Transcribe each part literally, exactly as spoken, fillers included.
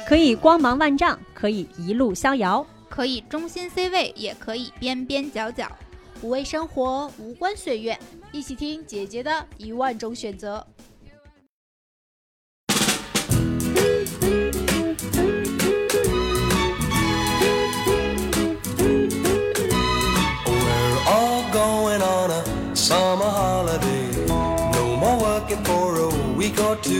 可以光芒万丈，可以一路逍遥， 可以中心 C 位，也可以边边角角。 无畏生活，无关岁月，一起听姐姐的一万种选择。 Summer holiday, no more working for a week or two.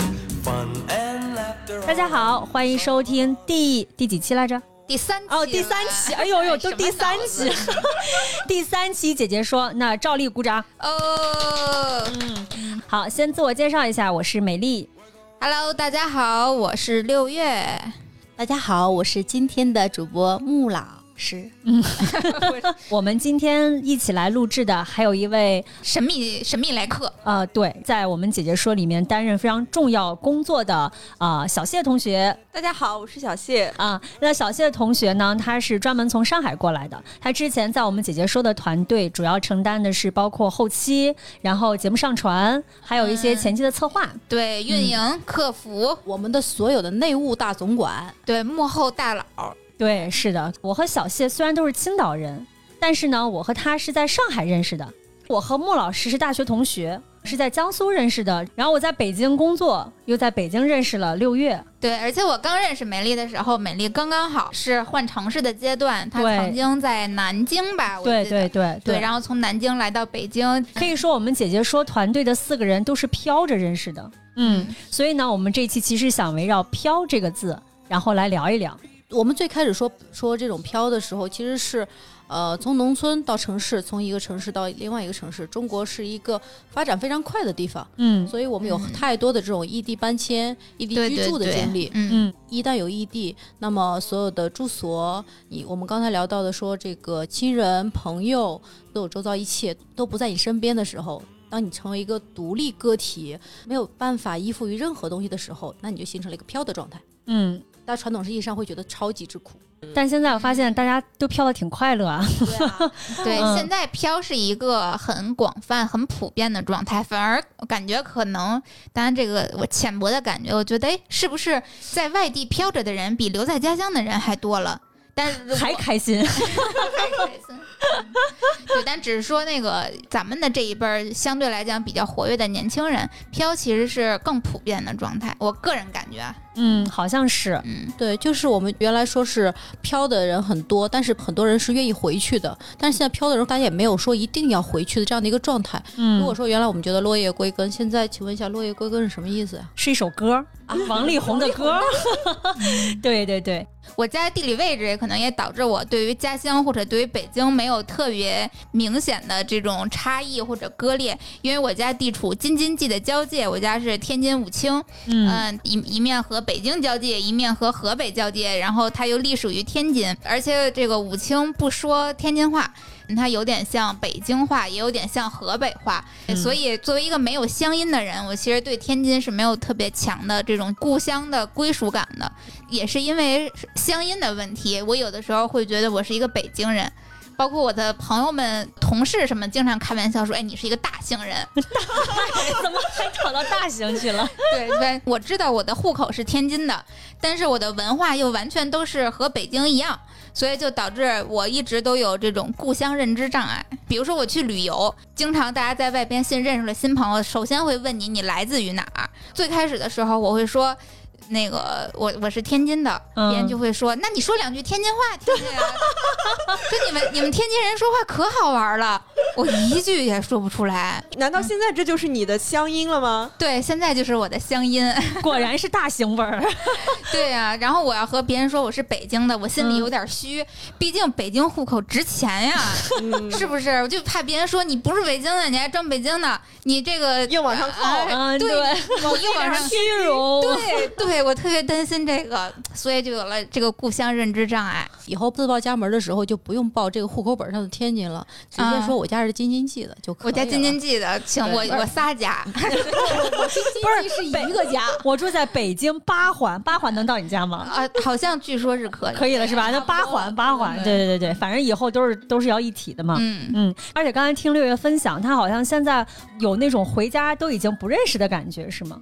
Fun and laughter. 大家好，欢迎收听第第几期来着？ 第三期哦，第三期，哎呦呦，都第三期，第三期姐姐说，那照例鼓掌。 哦， 嗯，好，先自我介绍一下，我是美丽。 Hello， 大家好，我是六月。 大家好，我是今天的主播穆老。是， 嗯，我们今天一起来录制的还有一位神秘神秘来客， 呃，对，在我们姐姐说里面担任非常重要工作的啊、呃、小谢同学。 大家好，我是小谢啊。那小谢同学呢，他是专门从上海过来的，他之前在我们姐姐说的团队主要承担的是包括后期，然后节目上传，还有一些前期的策划， 嗯、对，运营、嗯、客服， 我们的所有的内务大总管， 对，幕后大佬。 对，是的，我和小谢虽然都是青岛人，但是呢，我和他是在上海认识的。我和穆老师是大学同学，是在江苏认识的。然后我在北京工作，又在北京认识了六月。 对，而且我刚认识美丽的时候，美丽刚刚好是换城市的阶段，她曾经在南京吧，我记得。 对对对对, 对，然后从南京来到北京。 可以说我们姐姐说团队的四个人都是飘着认识的。嗯，嗯所以呢，我们这一期其实想围绕飘这个字，然后来聊一聊。 我们最开始说说这种飘的时候，其实是，呃，从农村到城市，从一个城市到另外一个城市。中国是一个发展非常快的地方，嗯，所以我们有太多的这种异地搬迁、嗯、异地居住的经历。 对对对嗯， 一旦有异地，那么所有的住所，你我们刚才聊到的说，这个亲人、朋友都有周遭一切都不在你身边的时候。当你成为一个独立个体，没有办法依附于任何东西的时候，那你就形成了一个飘的状态。嗯，大家传统意义上会觉得超级之苦， 但现在我发现大家都飘得挺快乐啊。 对啊，对、嗯，现在飘是一个很广泛、很普遍的状态，反而我感觉可能，当然这个我浅薄的感觉，我觉得，哎，是不是在外地飘着的人比留在家乡的人还多了？但是还开心， 还开心。对，但只是说那个咱们的这一辈相对来讲比较活跃的年轻人，飘其实是更普遍的状态。我个人感觉， 嗯，好像是， 嗯，对，就是我们原来说是飘的人很多，但是很多人是愿意回去的。但是现在飘的人，大家也没有说一定要回去的这样的一个状态。嗯，如果说原来我们觉得落叶归根，现在请问一下，落叶归根是什么意思呀？ 是一首歌。啊、王力宏的歌。对对对， 我家地理位置可能也导致我对于家乡或者对于北京没有特别明显的这种差异或者割裂，因为我家地处京津冀的交界，我家是天津武清，嗯、呃，一一面和北京交界，一面和河北交界，然后它又隶属于天津，而且这个武清不说天津话。它有点像北京话，也有点像河北话、嗯、所以作为一个没有乡音的人，我其实对天津是没有特别强的这种故乡的归属感的，也是因为乡音的问题，我有的时候会觉得我是一个北京人，包括我的朋友们、同事什么，经常开玩笑说：“哎，你是一个大兴人。” 怎么还跑到大兴去了？ 对对，我知道我的户口是天津的，但是我的文化又完全都是和北京一样，所以就导致我一直都有这种故乡认知障碍。比如说我去旅游，经常大家在外边新认识了新朋友，首先会问你你来自于哪儿。最开始的时候我会说。那个我我是天津的，别人就会说、嗯、那你说两句天津话听听呀。说你们你们天津人说话可好玩了，我一句也说不出来。 难道现在这就是你的乡音了吗？ 对，现在就是我的乡音。 果然是大兴味儿。 对呀、啊，然后我要和别人说我是北京的，我心里有点虚，嗯、毕竟北京户口值钱呀，嗯、是不是？我就怕别人说你不是北京的，你还装北京的，你这个硬往上靠。 啊、 对， 我硬往上虚荣。 对对。我特别担心这个，所以就有了这个故乡认知障碍。 以后自报家门的时候就不用报这个户口本上的天津了，直接说我家是京津冀的就可以了。 我家京津冀的，请我我仨家。 我京津冀是一个家。 我住在北京八环，八环能到你家吗？ 啊，好像据说是可以， 可以了是吧？那八环八环，对对对对，反正以后都是都是要一体的嘛。嗯嗯。而且刚才听六月分享，他好像现在有那种回家都已经不认识的感觉，是吗？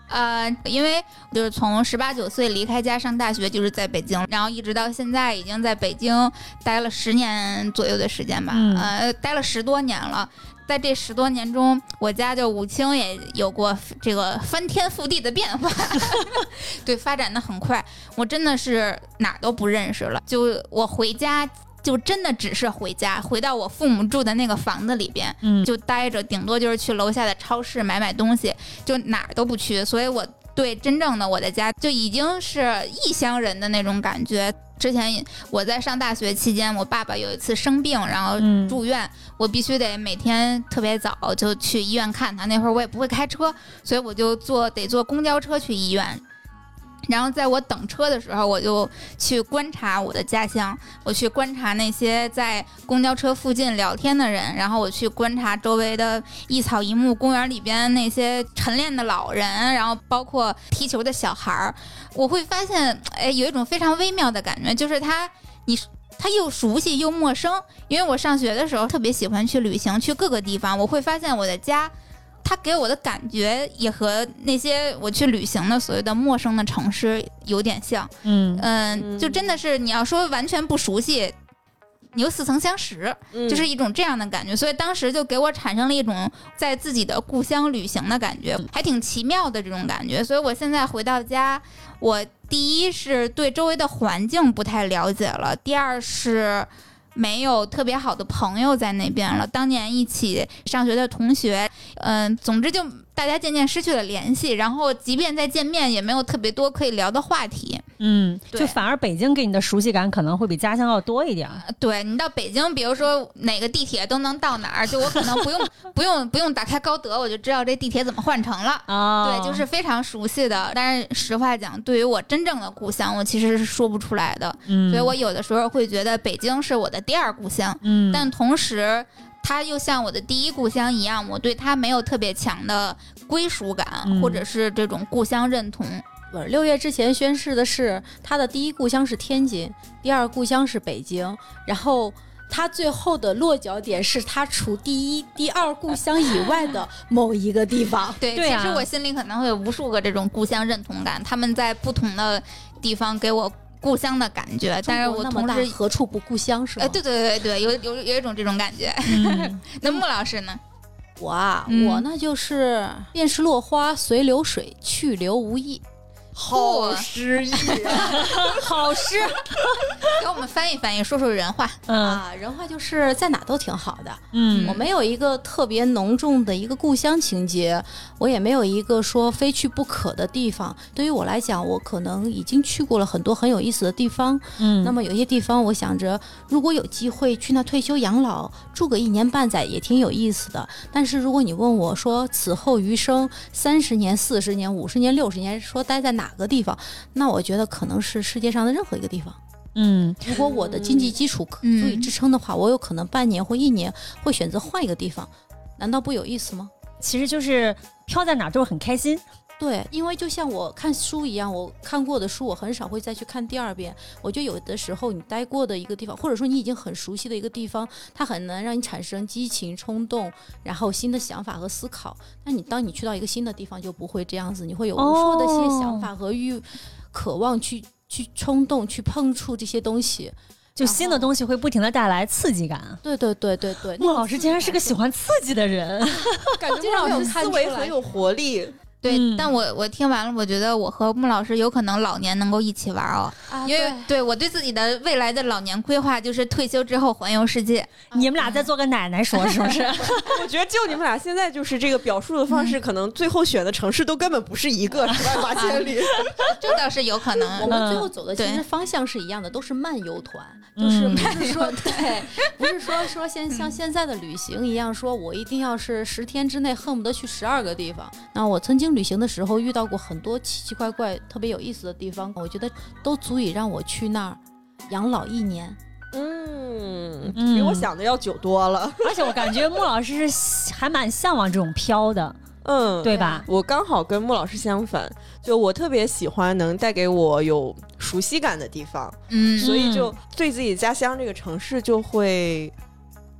呃，因为就是从十八九岁离开家上大学，就是在北京，然后一直到现在已经在北京待了十年左右的时间吧， 嗯、 呃，待了十多年了。在这十多年中，我家就武清也有过这个翻天覆地的变化，对，发展的很快，我真的是哪儿都不认识了。就我回家，就真的只是回家，回到我父母住的那个房子里边， 嗯， 就待着，顶多就是去楼下的超市买买东西，就哪儿都不去。所以我对真正的我的家就已经是异乡人的那种感觉。之前我在上大学期间，我爸爸有一次生病，然后住院，嗯、我必须得每天特别早就去医院看他。那会儿我也不会开车，所以我就坐得坐公交车去医院。然后在我等车的时候，我就去观察我的家乡，我去观察那些在公交车附近聊天的人，然后我去观察周围的一草一木，公园里边那些晨练的老人，然后包括踢球的小孩，我会发现，哎，有一种非常微妙的感觉，就是他，你。它又熟悉又陌生。因为我上学的时候特别喜欢去旅行，去各个地方，我会发现我的家它给我的感觉也和那些我去旅行的所谓的陌生的城市有点像。嗯嗯，就真的是你要说完全不熟悉，你又似曾相识，就是一种这样的感觉。所以当时就给我产生了一种在自己的故乡旅行的感觉，还挺奇妙的这种感觉。所以我现在回到家，我第一是对周围的环境不太了解了，第二是没有特别好的朋友在那边了，当年一起上学的同学，嗯、呃，总之就大家渐渐失去了联系，然后即便再见面也没有特别多可以聊的话题。 嗯，就反而北京给你的熟悉感可能会比家乡要多一点。 对，你到北京，比如说哪个地铁都能到哪儿，就我可能不用不用不用打开高德，我就知道这地铁怎么换乘了。哦，对，就是非常熟悉的。但是实话讲，对于我真正的故乡，我其实是说不出来的。嗯，所以我有的时候会觉得北京是我的第二故乡。嗯，但同时它又像我的第一故乡一样，我对它没有特别强的归属感，嗯、或者是这种故乡认同。 六月之前宣誓的是他的第一故乡是天津，第二故乡是北京，然后他最后的落脚点是他除第一、第二故乡以外的某一个地方。 对，对啊、其实我心里可能会有无数个这种故乡认同感，他们在不同的地方给我故乡的感觉，但是我同时何处不故乡是吧？ 哎，对对对对，有有有一种这种感觉。嗯、那穆老师呢？ 我啊，嗯、我那就是便是落花随流水，去留无意。 好诗意啊！ 好诗， 给我们翻译翻译，说说人话。 嗯、啊，人话就是在哪都挺好的。嗯，我没有一个特别浓重的一个故乡情节，我也没有一个说非去不可的地方。对于我来讲，我可能已经去过了很多很有意思的地方。嗯，那么有些地方，我想着如果有机会去那退休养老，住个一年半载也挺有意思的。但是如果你问我说此后余生三十年、四十年、五十年、六十年，说待在哪个地方，那我觉得可能是世界上的任何一个地方。嗯，如果我的经济基础足以支撑的话，嗯、我有可能半年或一年会选择换一个地方，难道不有意思吗？ 其实就是飘在哪儿都是很开心。 对，因为就像我看书一样，我看过的书我很少会再去看第二遍。我觉得有的时候你待过的一个地方，或者说你已经很熟悉的一个地方，它很难让你产生激情冲动，然后新的想法和思考。但你当你去到一个新的地方就不会这样子，你会有无数的些想法和欲、哦、渴望去去冲动去碰触这些东西， 就新的东西会不停的带来刺激感。 对对对对对， 穆老师竟然是个喜欢刺激的人， 感觉穆老师思维很有活力。 对、嗯，但我我听完了，我觉得我和穆老师有可能老年能够一起玩哦，啊、因为 对, 对我对自己的未来的老年规划就是退休之后环游世界。 你们俩再做个奶奶说是不是？ 我觉得就你们俩现在就是这个表述的方式，嗯、可能最后选的城市都根本不是一个，是万八千里。 这倒是有可能。 我们最后走的其实方向是一样的，都是漫游团，就是不是说、嗯、对，不是说说现像现在的旅行一样，说我一定要是十天之内恨不得去十二个地方。那我曾经旅行的时候遇到过很多奇奇怪怪特别有意思的地方，我觉得都足以让我去那儿养老一年。 嗯，比我想的要久多了。 而且我感觉穆老师是还蛮向往这种飘的，嗯，对吧？ 我刚好跟穆老师相反，就我特别喜欢能带给我有熟悉感的地方，嗯，所以就对自己家乡这个城市就会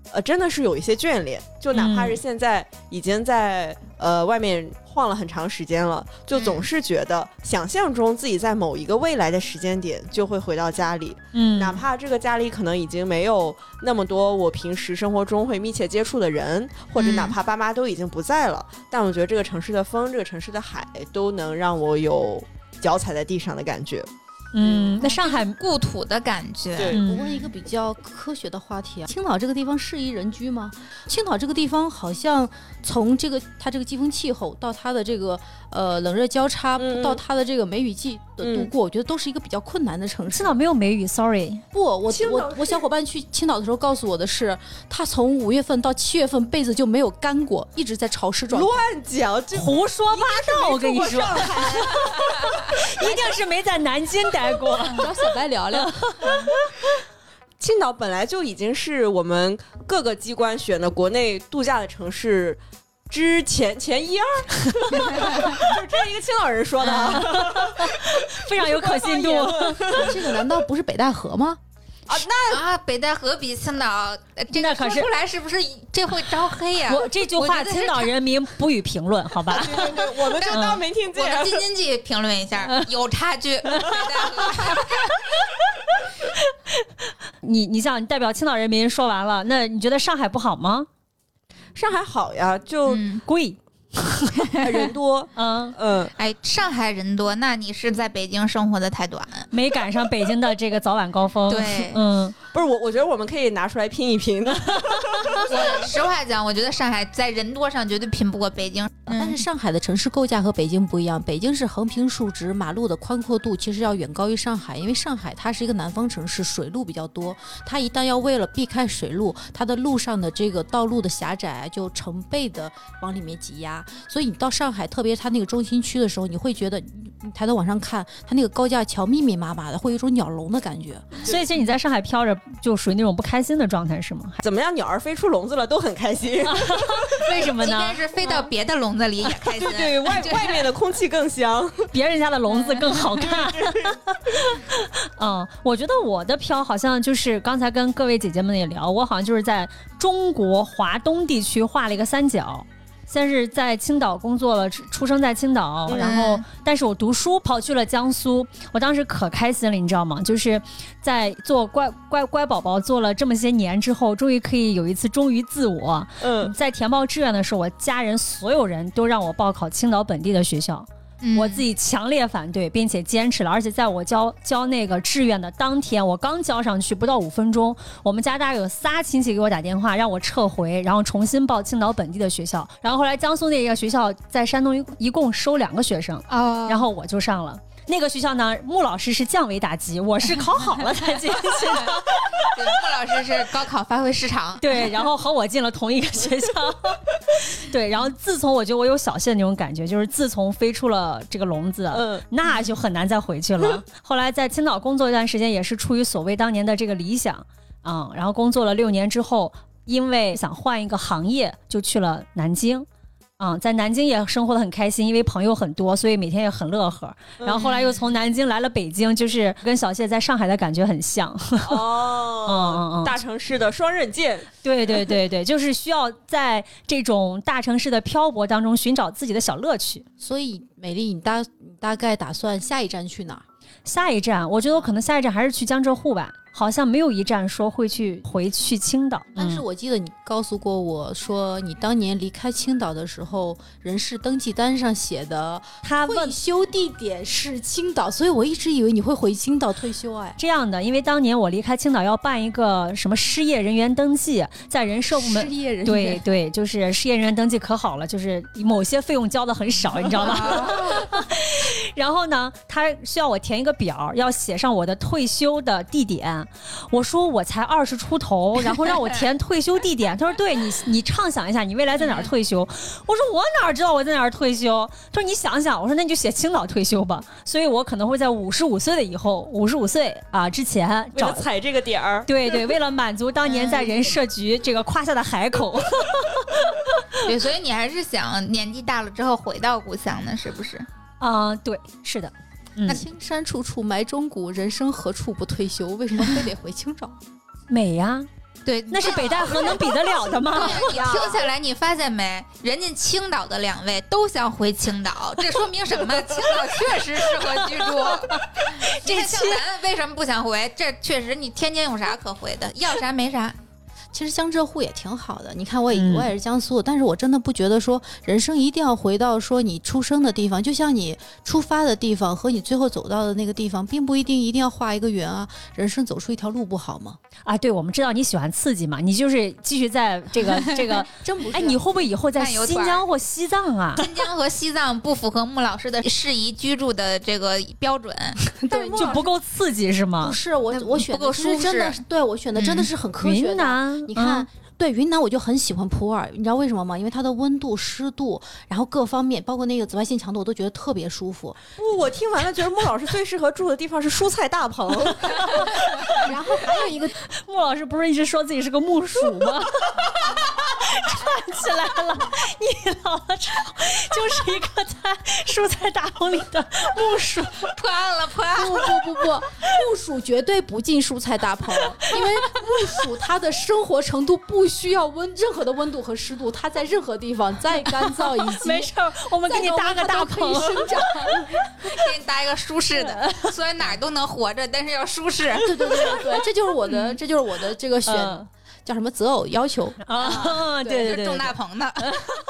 呃，真的是有一些眷恋，就哪怕是现在已经在、嗯、呃外面晃了很长时间了，就总是觉得想象中自己在某一个未来的时间点就会回到家里， 嗯， 哪怕这个家里可能已经没有那么多我平时生活中会密切接触的人，或者哪怕爸妈都已经不在了、嗯、但我觉得这个城市的风，这个城市的海都能让我有脚踩在地上的感觉。 嗯，那上海故土的感觉。 对， 我问一个比较科学的话题啊，青岛这个地方适宜人居吗？青岛这个地方好像从这个它这个季风气候到它的这个呃冷热交叉、嗯、到它的这个梅雨季的度过、嗯、我觉得都是一个比较困难的城市。 青岛没有梅雨 sorry。 不，我我我小伙伴去青岛的时候告诉我的是，他从五月份到七月份被子就没有干过，一直在潮湿状态。 乱讲， 胡说八道，我跟你说一定是没在南京待过找小白聊聊青岛本来就已经是我们各个机关选的国内度假的城市之前前一二就是这是一个青岛人说的、啊、 非常有可信度这个难道不是北戴河吗？ 啊，那啊，北戴河比青岛这个说出来是不是这会招黑呀、啊？ 我这句话青岛人民不予评论，好吧？ 对对对，我们就当没听见。 我们京津冀评论一下，有差距。北戴河你你想，你代表青岛人民说完了，那你觉得上海不好吗？ 上海好呀，就贵。 嗯、人多， 嗯嗯， 哎，上海人多，那你是在北京生活的太短， 没赶上北京的这个早晚高峰。 对， 嗯， 不是我，我觉得我们可以拿出来拼一拼的。 我实话讲，我觉得上海在人多上绝对拼不过北京、 嗯，但是上海的城市构架和北京不一样，北京是横平竖直，马路的宽阔度其实要远高于上海，因为上海它是一个南方城市，水路比较多，它一旦要为了避开水路，它的路上的这个道路的狭窄就成倍的往里面挤压。所以你到上海，特别它那个中心区的时候，你会觉得你抬头往上看，它那个高架桥密密麻麻的，会有一种鸟笼的感觉。 所以其实你在上海飘着，就属于那种不开心的状态，是吗？ 怎么样，鸟儿飞出笼子了都很开心。 为什么呢？ 即便是飞到别的笼子里也开心。 对对，外外面的空气更香， 别人家的笼子更好看。嗯，我觉得我的飘好像就是刚才跟各位姐姐们也聊，我好像就是在中国华东地区画了一个三角。先是在青岛工作了，出生在青岛， 嗯、 然后但是我读书跑去了江苏，我当时可开心了，你知道吗？就是在做乖乖乖宝宝做了这么些年之后，终于可以有一次忠于自我。嗯，在填报志愿的时候，我家人所有人都让我报考青岛本地的学校。嗯、我自己强烈反对，并且坚持了，而且在我交交那个志愿的当天，我刚交上去不到五分钟，我们家大概有仨亲戚给我打电话让我撤回，然后重新报青岛本地的学校。然后后来江苏那个学校在山东一共收两个学生，哦、然后我就上了。那个学校呢，穆老师是降维打击，我是考好了才进去的。 对，穆老师是高考发挥失常。 对，然后和我进了同一个学校。对，然后自从我觉得我有小谢的那种感觉，就是自从飞出了这个笼子，嗯，那就很难再回去了。后来在青岛工作一段时间，也是出于所谓当年的这个理想，嗯，然后工作了六年之后，因为想换一个行业，就去了南京。嗯，在南京也生活得很开心，因为朋友很多，所以每天也很乐呵。然后后来又从南京来了北京，就是跟小谢在上海的感觉很像。 哦，嗯嗯嗯，大城市的双刃剑。 对对对对，就是需要在这种大城市的漂泊当中寻找自己的小乐趣。 所以美丽，你大你大概打算下一站去哪儿？ 下一站，我觉得我可能下一站还是去江浙沪吧。好像没有一站说会去回去青岛， 但是我记得你告诉过我说，你当年离开青岛的时候，人事登记单上写的他退休地点是青岛，所以我一直以为你会回青岛退休。哎， 这样的，因为当年我离开青岛要办一个什么失业人员登记，在人社部门， 失业人员， 对对，就是失业人员登记可好了，就是某些费用交的很少，你知道吗？然后呢，他需要我填一个表，要写上我的退休的地点。我说我才二十出头，然后让我填退休地点。他说对，你你畅想一下，你未来在哪儿退休？我说我哪知道我在哪儿退休？他说你想想。我说那你就写青岛退休吧。所以我可能会在五十五岁的以后，五十五岁啊之前找踩这个点儿。 对对，为了满足当年在人社局这个夸下的海口。 对，所以你还是想年纪大了之后回到故乡呢，是不是？ 啊、呃，对，是的。 那青山处处埋忠骨，人生何处不退休？为什么非得回青岛？ 美呀， 对， 那是北戴河能比得了的吗？ 你听下来，你发现没？人家青岛的两位都想回青岛，这说明什么？青岛确实适合居住。这像咱为什么不想回？这确实，你天津有啥可回的？要啥没啥。 其实江浙沪也挺好的，你看我也、 嗯、 我也是江苏，但是我真的不觉得说人生一定要回到说你出生的地方，就像你出发的地方和你最后走到的那个地方，并不一定一定要画一个圆啊。人生走出一条路不好吗？ 啊，对，我们知道你喜欢刺激嘛，你就是继续在这个这个， 真不是。 哎，你会不会以后在新疆或西藏啊？ 新疆和西藏不符合穆老师的适宜居住的这个标准， 对， 就不够刺激是吗？ 不是，我我选的不够舒适， 真的对我选的真的是很科学的。 云南， 你看。 嗯对云南我就很喜欢普洱，你知道为什么吗？因为它的温度、湿度，然后各方面，包括那个紫外线强度，我都觉得特别舒服。 不，我听完了觉得穆老师最适合住的地方是蔬菜大棚。 然后还有一个， 穆老师不是一直说自己是个木薯吗？串起来了，你老了之后就是一个在蔬菜大棚里的木薯。 破案了，破案了！ 不不不不，木薯绝对不进蔬菜大棚，因为木薯它的生活程度不需要温任何的温度和湿度，它在任何地方再干燥以及没事，我们给你搭个大棚生长， 给你搭一个舒适的，虽然哪儿都能活着，但是要舒适。 对对对对对，这就是我的，这就是我的这个选、嗯、叫什么择偶要求啊？对对对， 种大棚的。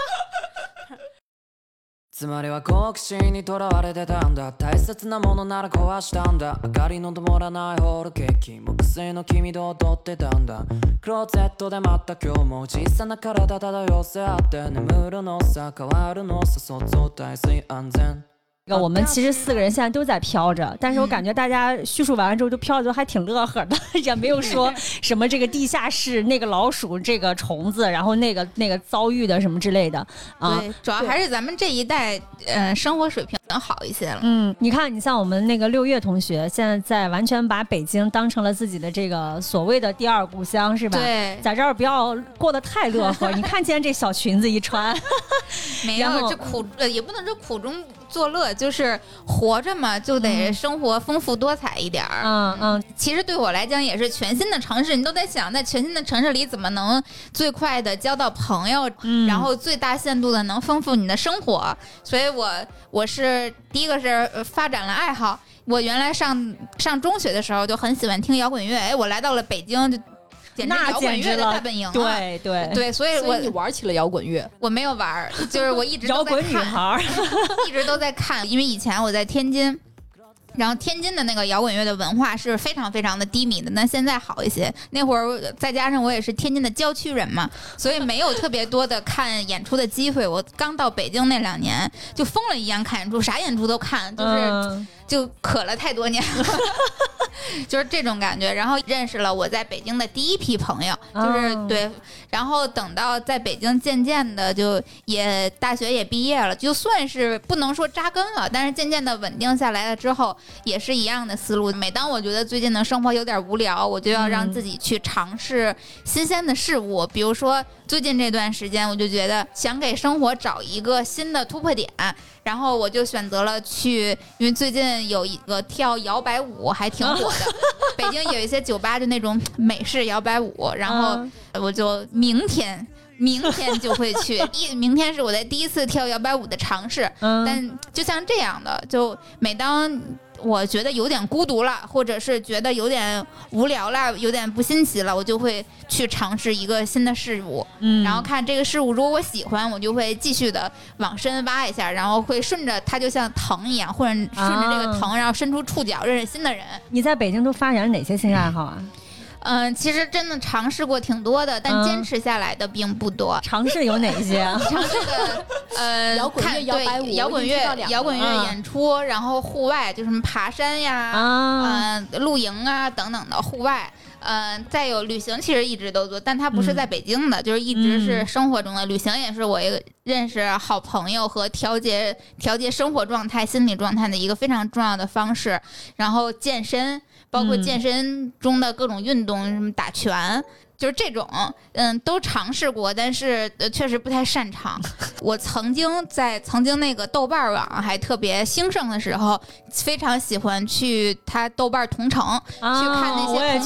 つまりは好奇心にとらわれてたんだ大切なものなら壊したんだ明かりの灯らないホールケーキ木製の君と踊ってたんだクローゼットでまた今日も小さな体漂せ合って眠るのさ変わるのさ想像大水安全我们其实四个人现在都在飘着，但是我感觉大家叙述完了之后，就飘的都还挺乐呵的，也没有说什么这个地下室那个老鼠、这个虫子，然后那个那个遭遇的什么之类的啊。 对，主要还是咱们这一代，呃，生活水平能好一些了。 嗯，你看，你像我们那个六月同学，现在在完全把北京当成了自己的这个所谓的第二故乡，是吧？ 对， 在这儿不要过得太乐呵。你看今天这小裙子一穿， 没有这苦，呃，也不能说苦中作乐。就是活着嘛，就得生活丰富多彩一点儿。 嗯嗯， 其实对我来讲也是全新的城市，你都在想，在全新的城市里怎么能最快的交到朋友，嗯、然后最大限度的能丰富你的生活。所以我我是第一个是发展了爱好。我原来上上中学的时候就很喜欢听摇滚乐，哎，我来到了北京就。 那摇滚乐的大本营、啊， 对对对，所以我所以你玩起了摇滚乐， 我没有玩，就是我一直都在看摇滚女孩， 一直都在看，因为以前我在天津。然后天津的那个摇滚乐的文化是非常非常的低迷的，但现在好一些。那会儿再加上我也是天津的郊区人嘛，所以没有特别多的看演出的机会。我刚到北京那两年就疯了一样看演出，啥演出都看，就是、嗯、就渴了太多年了就是这种感觉。然后认识了我在北京的第一批朋友，就是、嗯、对。然后等到在北京渐渐的就也大学也毕业了，就算是不能说扎根了，但是渐渐的稳定下来了之后。也是一样的思路，每当我觉得最近的生活有点无聊，我就要让自己去尝试新鲜的事物、嗯、比如说最近这段时间我就觉得想给生活找一个新的突破点，然后我就选择了去，因为最近有一个跳摇摆舞还挺火的北京有一些酒吧就那种美式摇摆舞，然后我就明天明天就会去，一明天是我的第一次跳摇摆舞的尝试、嗯、但就像这样的，就每当我觉得有点孤独了，或者是觉得有点无聊了，有点不新奇了，我就会去尝试一个新的事物、嗯、然后看这个事物如果我喜欢，我就会继续的往深挖一下，然后会顺着它就像藤一样，或者顺着这个藤、啊、然后伸出触角认识新的人。 你在北京都发展哪些新爱好啊？ 嗯、呃，其实真的尝试过挺多的，但坚持下来的并不多。 嗯、尝试有哪些啊？ 尝试的呃， 摇滚乐、摇摆舞、 摇滚乐、摇滚乐演出、嗯，然后户外就什么爬山呀、啊、呃、露营啊等等的户外。嗯、呃，再有旅行，其实一直都做，但它不是在北京的，嗯、就是一直是生活中的、嗯、旅行，也是我一个认识好朋友和调节调节生活状态、心理状态的一个非常重要的方式。然后健身。包括健身中的各种运动，什么打拳，就是这种，嗯，都尝试过，但是、呃、确实不太擅长。我曾经在曾经那个豆瓣网还特别兴盛的时候，非常喜欢去他豆瓣同城、哦、去看那些同城博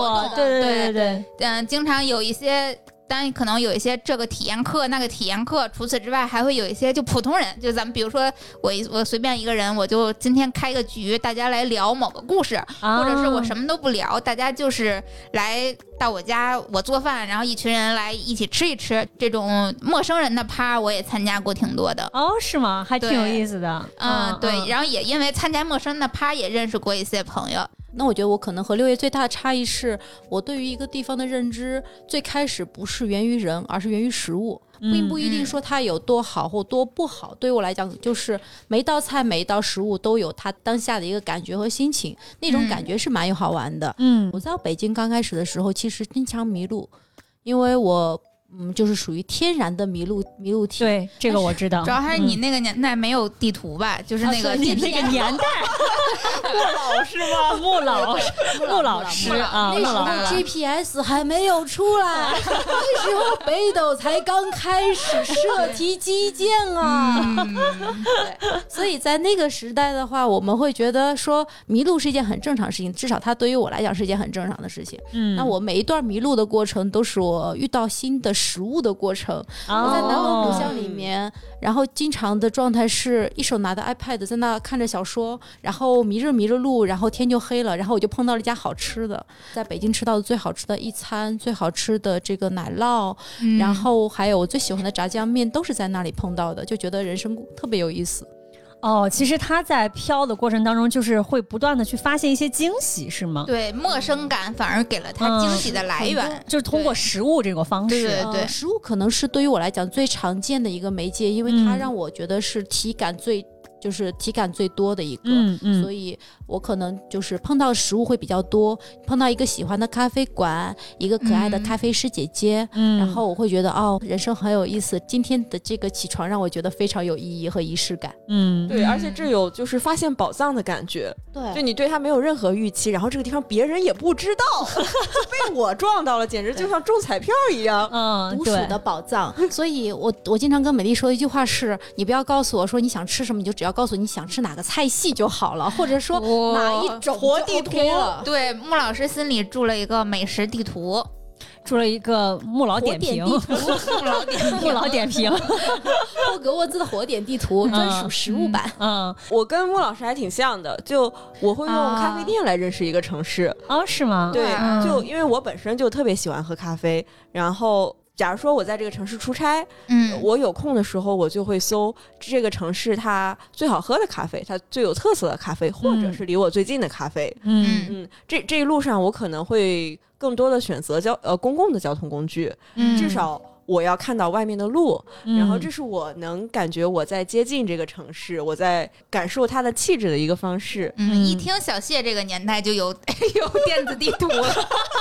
动， 对对对对对， 嗯，经常有一些。当然，可能有一些这个体验课、那个体验课，除此之外，还会有一些就普通人，就咱们比如说我一我随便一个人，我就今天开个局，大家来聊某个故事， 啊、 或者是我什么都不聊，大家就是来到我家，我做饭，然后一群人来一起吃一吃，这种陌生人的趴我也参加过挺多的。 哦，是吗？还挺有意思的。 嗯， 嗯对， 嗯然后也因为参加陌生人的趴，也认识过一些朋友。 那我觉得我可能和六月最大的差异是，我对于一个地方的认知最开始不是源于人，而是源于食物，并不一定说它有多好或多不好。对于我来讲，就是每一道菜每一道食物都有它当下的一个感觉和心情，那种感觉是蛮有好玩的。 嗯， 我在北京刚开始的时候，其实经常迷路，因为我嗯就是属于天然的迷路迷路体。 对，这个我知道。 主要还是你那个年代没有地图吧，嗯、就是那个、 啊、你那个年代， 穆老师吗？ 穆老穆老师啊， 那时候 G P S 还没有出来，那时候北斗才刚开始射题基建啊。 嗯、 对，所以在那个时代的话，我们会觉得说迷路是一件很正常的事情，至少它对于我来讲是一件很正常的事情。 嗯， 那我每一段迷路的过程都是我遇到新的食物的过程。 哦、 我在南锣鼓巷里面，然后经常的状态是一手拿着 iPad 在那看着小说，然后迷着迷着路，然后天就黑了，然后我就碰到了一家好吃的，在北京吃到的最好吃的一餐，最好吃的这个奶酪、嗯、然后还有我最喜欢的炸酱面都是在那里碰到的，就觉得人生特别有意思。 哦，其实他在飘的过程当中，就是会不断的去发现一些惊喜，是吗？ 对，陌生感反而给了他惊喜的来源， 嗯、就是通过食物这个方式。 对对对、 呃，食物可能是对于我来讲最常见的一个媒介，因为它让我觉得是体感最。嗯就是体感最多的一个、 嗯嗯、 所以我可能就是碰到食物会比较多，碰到一个喜欢的咖啡馆，一个可爱的咖啡师姐姐、嗯、然后我会觉得哦，人生很有意思，今天的这个起床让我觉得非常有意义和仪式感。 嗯， 对，而且这有就是发现宝藏的感觉。 对， 就你对它没有任何预期，然后这个地方别人也不知道就被我撞到了，简直就像中彩票一样。 嗯， 独属的宝藏。所以我我经常跟美丽说的一句话是，你不要告诉我说你想吃什么，你就只要告诉你想吃哪个菜系就好了，或者说哪一种活地图。 对，穆老师心里住了一个美食地图， 住了一个穆老点评， 穆老点穆老点评， 霍格沃兹的火点地图、嗯、专属食物版。 嗯， 我跟穆老师还挺像的，就我会用咖啡店来认识一个城市。 哦，是吗？ 对、 嗯， 就因为我本身就特别喜欢喝咖啡，然后假如说我在这个城市出差， 嗯， 我有空的时候我就会搜这个城市它最好喝的咖啡，它最有特色的咖啡，或者是离我最近的咖啡。 嗯嗯，这这一路上我可能会更多的选择交呃公共的交通工具， 嗯， 至少我要看到外面的路、 嗯、 然后这是我能感觉我在接近这个城市，我在感受它的气质的一个方式。 嗯，一听小谢这个年代就有有电子地图了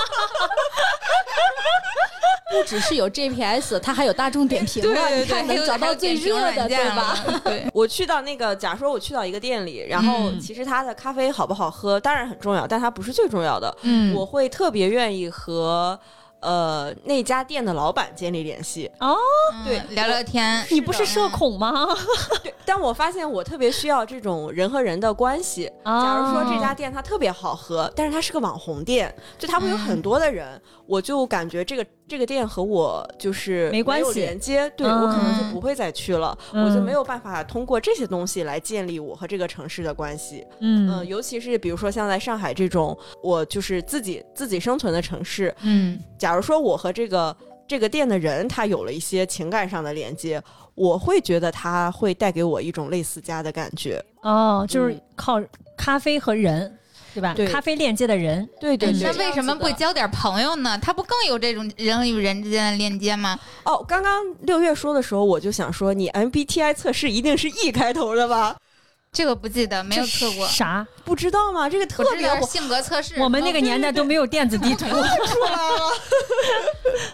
不只是有 G P S， 它还有大众点评了， 对对对， 它能找到最热的，对吧？ 对， 我去到那个，假如说我去到一个店里，然后其实它的咖啡好不好喝，当然很重要，但它不是最重要的。 嗯， 我会特别愿意和呃那家店的老板建立联系。 哦， 对， 聊聊天。 你不是社恐吗？ 对，但我发现我特别需要这种人和人的关系。 哦、 假如说这家店它特别好喝，但是它是个网红店，就它会有很多的人，嗯、我就感觉这个。这个店和我就是没关系， 没有连接，对、嗯、我可能就不会再去了、嗯，我就没有办法通过这些东西来建立我和这个城市的关系。 嗯、 呃、尤其是比如说像在上海这种我就是自己自己生存的城市， 嗯， 假如说我和这个这个店的人他有了一些情感上的连接，我会觉得他会带给我一种类似家的感觉。 哦，就是靠咖啡和人。嗯，对吧？ 对， 咖啡链接的人， 对对对。 那为什么不交点朋友呢？他不更有这种人与人之间的链接吗？ 哦，刚刚六月说的时候，我就想说，你 M B T I 测试一定是 E 开头的吧？ 这个不记得，没有测过。 啥？ 不知道吗？这个特别我性格测试。 我们那个年代都没有电子地图。 出来了。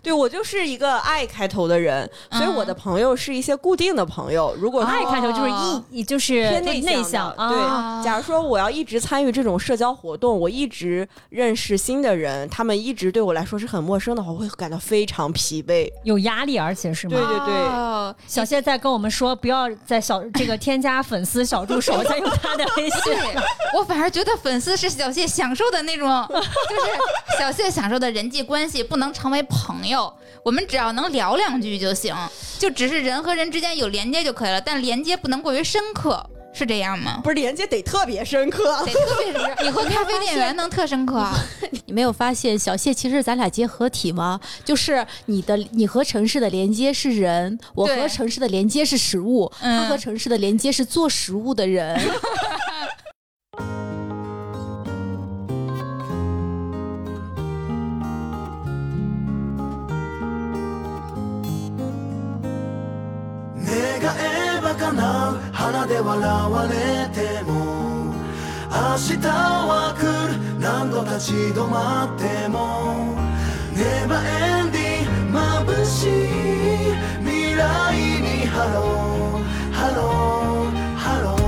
对我就是一个爱开头的人，所以我的朋友是一些固定的朋友。如果爱开头就是一，就是偏内内向的， 向。 对、 啊。 假如说我要一直参与这种社交活动，我一直认识新的人，他们一直对我来说是很陌生的话，我会感到非常疲惫， 有压力，而且是吗？ 对对对。 哦、 小谢在跟我们说，不要在小这个添加粉丝小助手，再用他的微信。 对，我反而觉得粉丝是小谢享受的那种，就是小谢享受的人际关系不能成为朋友，我们只要能聊两句就行，就只是人和人之间有连接就可以了，但连接不能过于深刻，是这样吗？ 不是，连接得特别深刻， 得特别深刻。你和咖啡店员能特深刻啊？ 你没有发现小谢其实咱俩结合体吗？就是你的你和城市的连接是人，我和城市的连接是食物，他和城市的连接是做食物的人。 願えば叶う花で笑われても明日は来る何度立ち止まっても Never ending 眩しい未来にハローハローハロ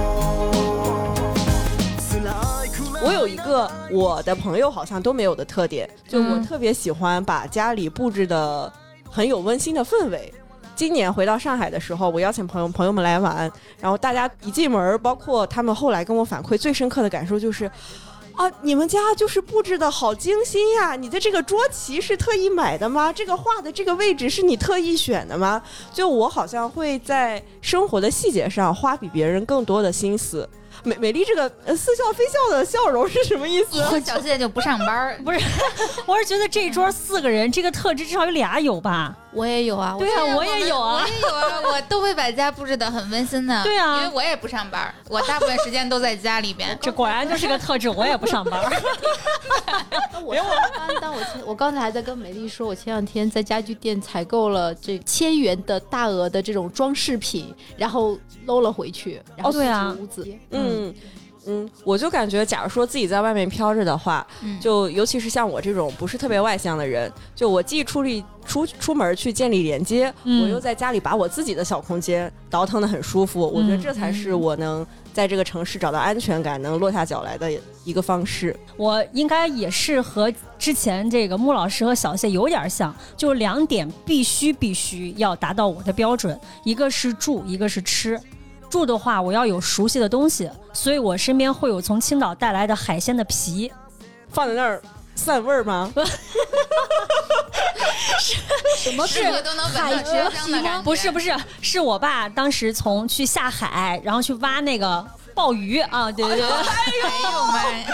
ー。 我有一个我的朋友好像都没有的特点，就我特别喜欢把家里布置的很有温馨的氛围。今年回到上海的时候，我邀请朋友朋友们来玩，然后大家一进门，包括他们后来跟我反馈，最深刻的感受就是啊，你们家就是布置的好精心呀！你的这个桌旗是特意买的吗？这个画的这个位置是你特意选的吗？就我好像会在生活的细节上花比别人更多的心思。美美丽这个呃似笑非笑的笑容是什么意思？ 小谢就不上班， 不是，我是觉得这一桌四个人，这个特质至少有俩有吧？ 我也有啊， 对啊，我也有啊， 我也有啊，我都会把家布置得很温馨的。 对啊， 因为我也不上班，我大部分时间都在家里边。 这果然就是个特质，我也不上班。 我刚当我前我刚才还在跟美丽说，我前两天在家具店采购了这千元的大额的这种装饰品，然后搂了回去，然后布置屋子。 嗯嗯，我就感觉，假如说自己在外面飘着的话，嗯、就尤其是像我这种不是特别外向的人，就我既出力出出门去建立连接、嗯，我又在家里把我自己的小空间倒腾得很舒服、嗯，我觉得这才是我能在这个城市找到安全感、能落下脚来的一个方式。 我应该也是和之前这个穆老师和小谢有点像，就两点必须必须要达到我的标准，一个是住，一个是吃。住的话，我要有熟悉的东西，所以我身边会有从青岛带来的海鲜的皮， 放在那儿散味儿吗？ 什么是都能海蜇皮吗？ 不是不是，是我爸当时从去下海，然后去挖那个鲍鱼啊，对对对， 哎呦妈呀！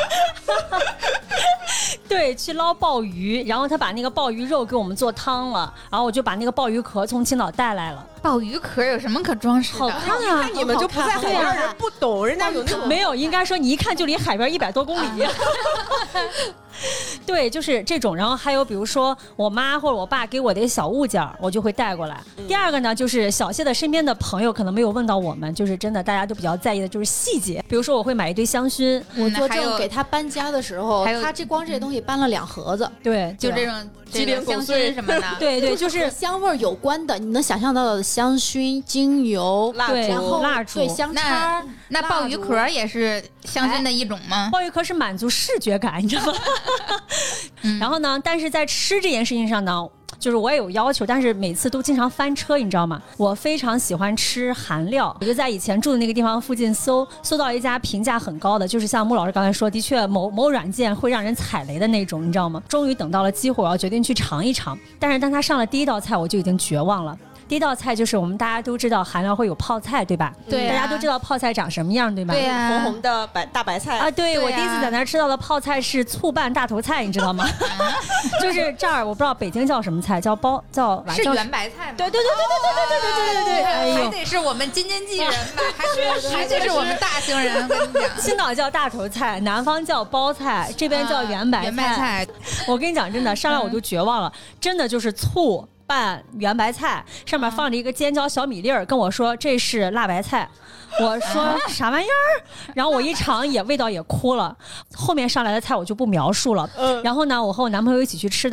对，去捞鲍鱼，然后他把那个鲍鱼肉给我们做汤了，然后我就把那个鲍鱼壳从青岛带来了。 鲍鱼壳有什么可装饰的？ 好看啊！ 你们就不在海边的人不懂，人家有那种没有，应该说你一看就离海边一百多公里。对，就是这种。然后还有比如说我妈或者我爸给我的小物件，我就会带过来。嗯、第二个呢，就是小谢的身边的朋友可能没有问到我们，就是真的大家都比较在意的就是细节。比如说我会买一堆香薰， 我作证给他搬家的时候，他这光这些东西搬了两盒子。 对， 就这种鸡零香薰什么的。 对对，就是香味有关的，你能想象到的香薰、精油、 蜡烛， 然后蜡烛、 对香叉。 那鲍鱼壳也是香薰的一种吗？ 鲍鱼壳是满足视觉感，你知道吗？嗯、然后呢，但是在吃这件事情上呢，就是我也有要求，但是每次都经常翻车，你知道吗？我非常喜欢吃韩料，我就在以前住的那个地方附近搜搜到一家评价很高的，就是像穆老师刚才说，的确某某软件会让人踩雷的那种，你知道吗？终于等到了机会，我要决定去尝一尝。但是当他上了第一道菜，我就已经绝望了。第一道菜就是我们大家都知道韩料会有泡菜，对吧？ 对、啊， 大家都知道泡菜长什么样，对吧？ 对呀、 啊，红红的白大白菜啊！对， 对啊， 我第一次在那儿吃到的泡菜是醋拌大头菜，你知道吗？就是这儿我不知道北京叫什么菜，叫包叫是圆白菜吗？ 对对对对对对对对对对对，哎呦， 还得是我们京津冀人吧？还是还得是我们大兴人？我跟你讲， 青岛叫大头菜，南方叫包菜，这边叫圆白菜。 圆白菜， 我跟你讲，真的上来我就绝望了，真的就是醋拌圆白菜，上面放着一个尖椒小米粒儿，跟我说这是辣白菜。我说啥玩意儿？然后我一尝也味道也哭了。后面上来的菜我就不描述了。然后呢，我和我男朋友一起去吃的，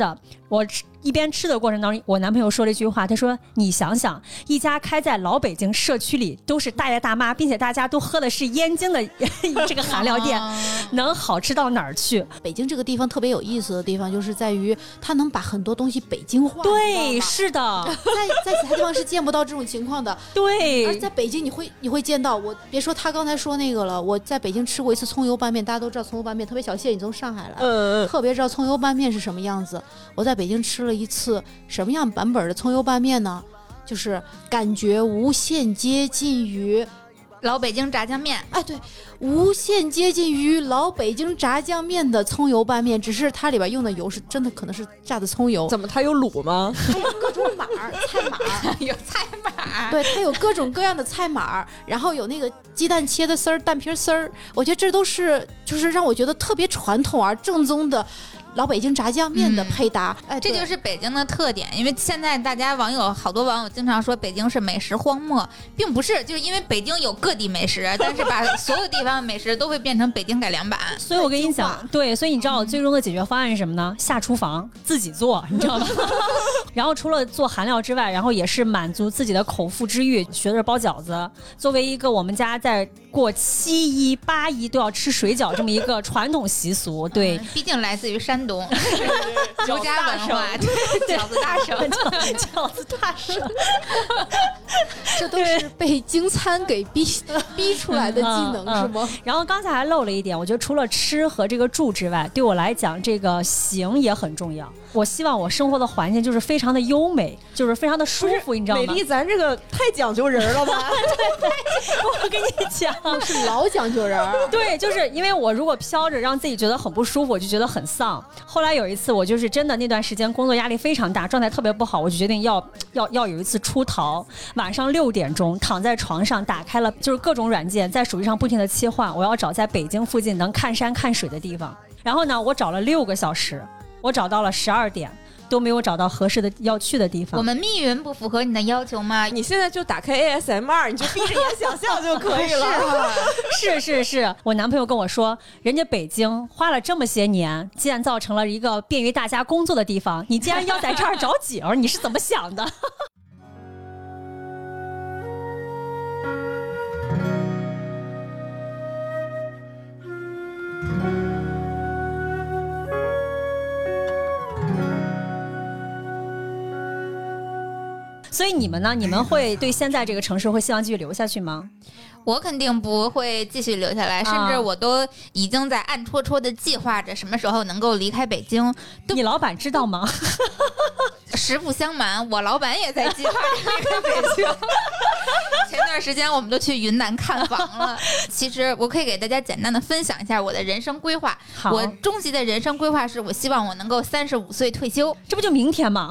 我吃一边吃的过程当中，我男朋友说了一句话，他说你想想，一家开在老北京社区里都是大爷大妈，并且大家都喝的是燕京的这个韩料店，能好吃到哪儿去？ 北京这个地方特别有意思的地方就是在于它能把很多东西北京化。 对，是的， 在在其他地方是见不到这种情况的。 对， 而在北京你会你会见到，我别说他刚才说那个了，我在北京吃过一次葱油拌面，大家都知道葱油拌面，特别小谢你从上海来， 嗯嗯， 特别知道葱油拌面是什么样子。我在北京吃了一次什么样版本的葱油拌面呢？就是感觉无限接近于老北京炸酱面， 哎，对，无限接近于老北京炸酱面的葱油拌面，只是它里边用的油是真的可能是炸的葱油。 怎么它有卤吗？ 它有各种码儿，菜码儿， 有菜码， 对，它有各种各样的菜码儿，然后有那个鸡蛋切的丝儿、蛋皮丝儿，我觉得这都是就是让我觉得特别传统而正宗的老北京炸酱面的配搭。嗯、哎， 这就是北京的特点。因为现在大家网友好多网友经常说北京是美食荒漠，并不是，就是因为北京有各地美食，但是把所有地方的美食都会变成北京改良版。 所以我跟你讲，对，所以你知道我最终的解决方案是什么呢？下厨房自己做，你知道吗？然后除了做韩料之外，然后也是满足自己的口腹之欲，学的是包饺子。作为一个我们家在过七一八一都要吃水饺这么一个传统习俗，对， 嗯、毕竟来自于山东，儒家文化，对，饺子大省， 饺子大省， 这都是被京餐给逼逼出来的技能、嗯、是吗、 嗯？然后刚才还漏了一点，我觉得除了吃和这个住之外，对我来讲，这个行也很重要。我希望我生活的环境就是非常的优美，就是非常的舒服，你知道吗？ 美丽，咱这个太讲究人了吧？ 对，我跟你讲， 是老讲究人。 对，就是因为我如果飘着让自己觉得很不舒服，我就觉得很丧。后来有一次，我就是真的那段时间工作压力非常大，状态特别不好，我就决定要要要有一次出逃。晚上六点钟躺在床上，打开了就是各种软件，在手机上不停的切换，我要找在北京附近能看山看水的地方。然后呢，我找了六个小时。我找到了十二点，都没有找到合适的要去的地方。 我们密云不符合你的要求吗？ 你现在就打开 A S M R， 你就闭着眼想象就可以了。 是是是，我男朋友跟我说，人家北京花了这么些年建造成了一个便于大家工作的地方，你竟然要在这儿找景，你是怎么想的？所以你们呢？你们会对现在这个城市会希望继续留下去吗？ 我肯定不会继续留下来，甚至我都已经在暗戳戳的计划着什么时候能够离开北京。 你老板知道吗？ 实不相瞒，我老板也在计划着离开北京。前段时间我们都去云南看房了。其实我可以给大家简单的分享一下我的人生规划。我终极的人生规划是我希望我能够三十五岁退休。 这不就明天吗？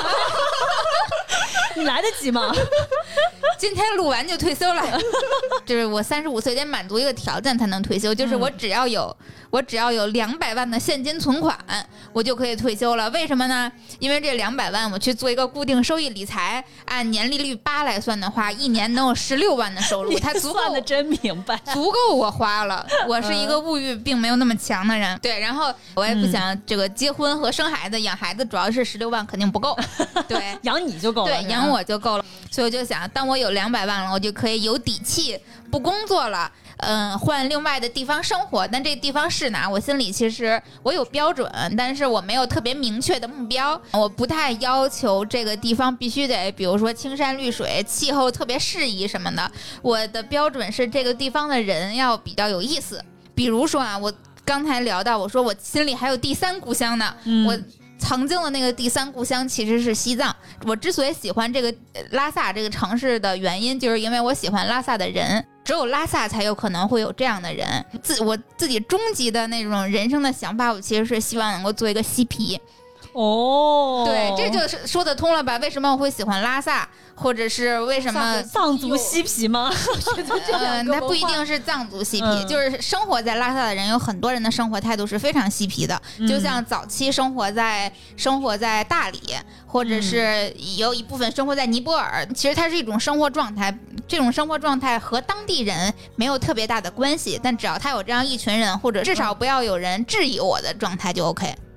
你来得及吗？ 今天录完就退休了。就是我三十五岁得满足一个条件才能退休，就是我只要有、嗯、我只要有两百万的现金存款，我就可以退休了。为什么呢？因为这两百万我去做一个固定收益理财，按年利率八来算的话，一年能有十六万的收入，它足够算的真明白， 足够我花了。我是一个物欲并没有那么强的人，对。然后我也不想这个结婚和生孩子，养孩子主要是十六万肯定不够，对， 养你就够了， 对，养我就够了。所以我就想，当我有两百万了，我就可以有底气不工作了，嗯，换另外的地方生活。但这地方是哪？我心里其实我有标准，但是我没有特别明确的目标。我不太要求这个地方必须得，比如说青山绿水、气候特别适宜什么的。我的标准是这个地方的人要比较有意思。比如说啊，我刚才聊到，我说我心里还有第三故乡呢，嗯、我。曾经的那个第三故乡其实是西藏。我之所以喜欢这个拉萨这个城市的原因，就是因为我喜欢拉萨的人，只有拉萨才有可能会有这样的人。自我自己终极的那种人生的想法，我其实是希望能够做一个嬉皮。 哦， 对，这就是说得通了吧？为什么我会喜欢拉萨，或者是为什么藏族嬉皮吗？ 呃，那不一定是藏族嬉皮、嗯，就是生活在拉萨的人，有很多人的生活态度是非常嬉皮的。嗯、就像早期生活在生活在大理，或者是有一部分生活在尼泊尔，其实它是一种生活状态。这种生活状态和当地人没有特别大的关系，但只要他有这样一群人，或者至少不要有人质疑我的状态就 OK。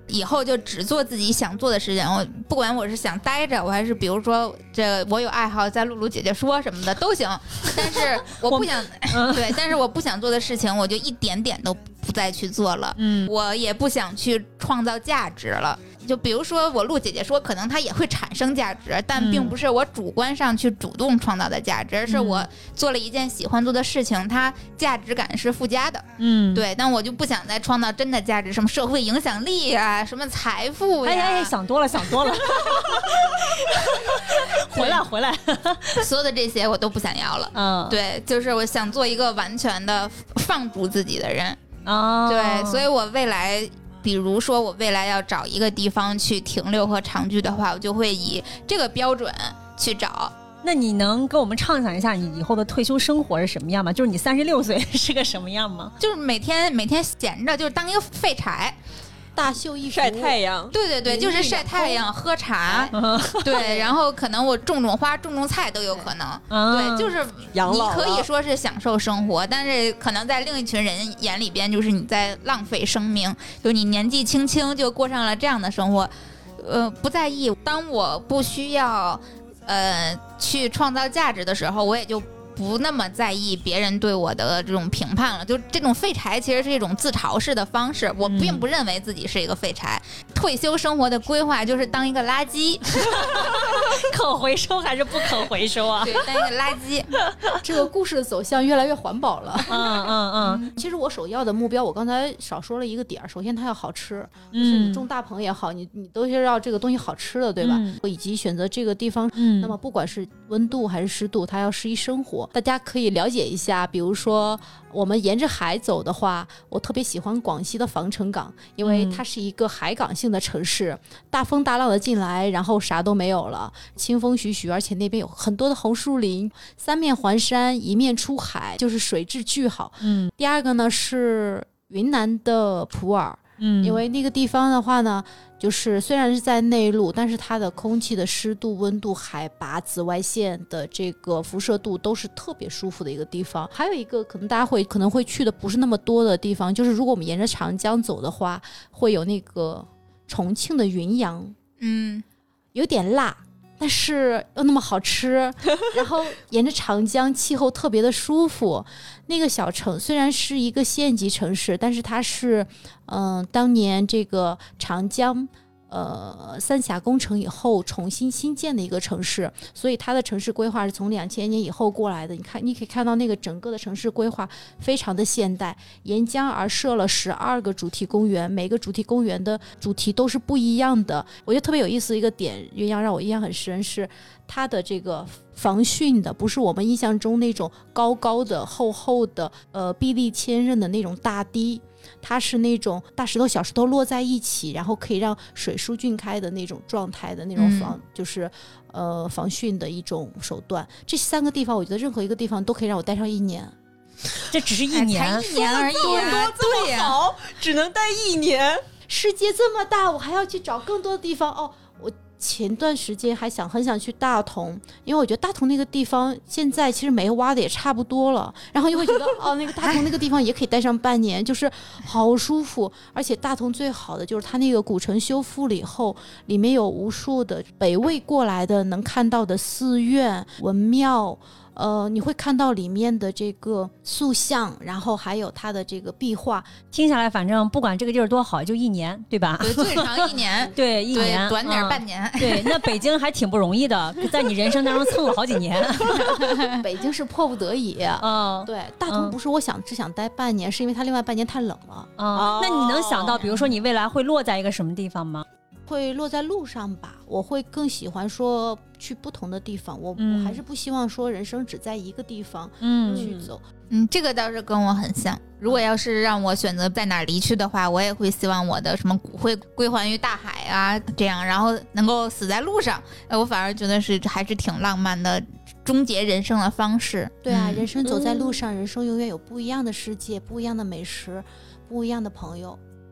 以后就只做自己想做的事情。我不管我是想待着，我还是比如说这我有爱好，在露露姐姐说什么的都行。但是我不想，对，但是我不想做的事情，我就一点点都不再去做了。嗯，我也不想去创造价值了。就比如说我陆姐姐说，可能它也会产生价值，但并不是我主观上去主动创造的价值，而是我做了一件喜欢做的事情，它价值感是附加的。嗯，对，但我就不想再创造真的价值，什么社会影响力啊，什么财富呀， 哎哎，想多了，想多了，回来回来， 所有的这些我都不想要了。嗯，对，就是我想做一个完全的放逐自己的人。哦，对，所以我未来。比如说我未来要找一个地方去停留和长居的话，我就会以这个标准去找。 那你能跟我们畅想一下你以后的退休生活是什么样吗？就是你三十六岁是个什么样吗？ 就是每天每天闲着，就是当一个废柴， 大秀一晒太阳。 对对对，就是晒太阳喝茶。对，然后可能我种种花种种菜都有可能。对，就是你可以说是享受生活，但是可能在另一群人眼里边就是你在浪费生命，就你年纪轻轻就过上了这样的生活。呃，不在意。当我不需要呃去创造价值的时候，我也就不那么在意别人对我的这种评判了。就这种废柴其实是一种自嘲式的方式，我并不认为自己是一个废柴。嗯、退休生活的规划就是当一个垃圾， 可回收还是不可回收啊？ 对，当一个垃圾。 这个故事的走向越来越环保了。 嗯嗯嗯。 其实我首要的目标，我刚才少说了一个点，首先它要好吃，就是你种大棚也好，你你都是要这个东西好吃的，对吧？嗯、以及选择这个地方，嗯，那么不管是温度还是湿度，它要适宜生活。大家可以了解一下，比如说我们沿着海走的话，我特别喜欢广西的防城港，因为它是一个海港性的城市，嗯、大风大浪的进来，然后啥都没有了，清风徐徐，而且那边有很多的红树林，三面环山，一面出海，就是水质巨好。嗯，第二个呢是云南的普洱。嗯，因为那个地方的话呢，就是虽然是在内陆，但是它的空气的湿度、温度、海拔、紫外线的这个辐射度都是特别舒服的一个地方。还有一个可能大家会可能会去的不是那么多的地方，就是如果我们沿着长江走的话，会有那个重庆的云阳，嗯，有点辣。但是又那么好吃，然后沿着长江，气候特别的舒服。那个小城虽然是一个县级城市，但是它是，嗯、呃，当年这个长江，呃，三峡工程以后重新新建的一个城市，所以它的城市规划是从两千年以后过来的。你看，你可以看到那个整个的城市规划非常的现代，沿江而设了十二个主题公园，每个主题公园的主题都是不一样的。我觉得特别有意思的一个点，鸳鸯让我印象很深是它的这个防汛的，不是我们印象中那种高高的厚厚的呃壁立千仞的那种大堤，它是那种大石头小石头落在一起，然后可以让水疏浚开的那种状态的那种防、嗯、就是呃防汛的一种手段。这三个地方我觉得任何一个地方都可以让我待上一年。 这只是一年、 哎、才一年而已、啊、 对呀、啊，只能待一年。 世界这么大，我还要去找更多的地方哦。我前段时间还想很想去大同，因为我觉得大同那个地方现在其实煤挖的也差不多了，然后又会觉得哦，那个大同那个地方也可以待上半年，就是好舒服。而且大同最好的就是它那个古城修复了以后，里面有无数的北魏过来的能看到的寺院文庙。呃，你会看到里面的这个塑像，然后还有它的这个壁画。 听下来，反正不管这个地儿多好，就一年，对吧？ 对，最长一年。 对，一年， 短点、嗯、半年。 对，那北京还挺不容易的，在你人生当中蹭了好几年。 北京是迫不得已。嗯，对，大同不是我想、嗯、只想待半年，是因为它另外半年太冷了。 嗯，那你能想到，比如说你未来会落在一个什么地方吗？ 会落在路上吧，我会更喜欢说去不同的地方，我、嗯、我还是不希望说人生只在一个地方去走。 嗯，这个倒是跟我很像。如果要是让我选择在哪儿离去的话，我也会希望我的什么骨灰归还于大海啊，这样，然后能够死在路上。我反而觉得是还是挺浪漫的，终结人生的方式。 对啊，嗯、人生走在路上、嗯，人生永远有不一样的世界，不一样的美食，不一样的朋友。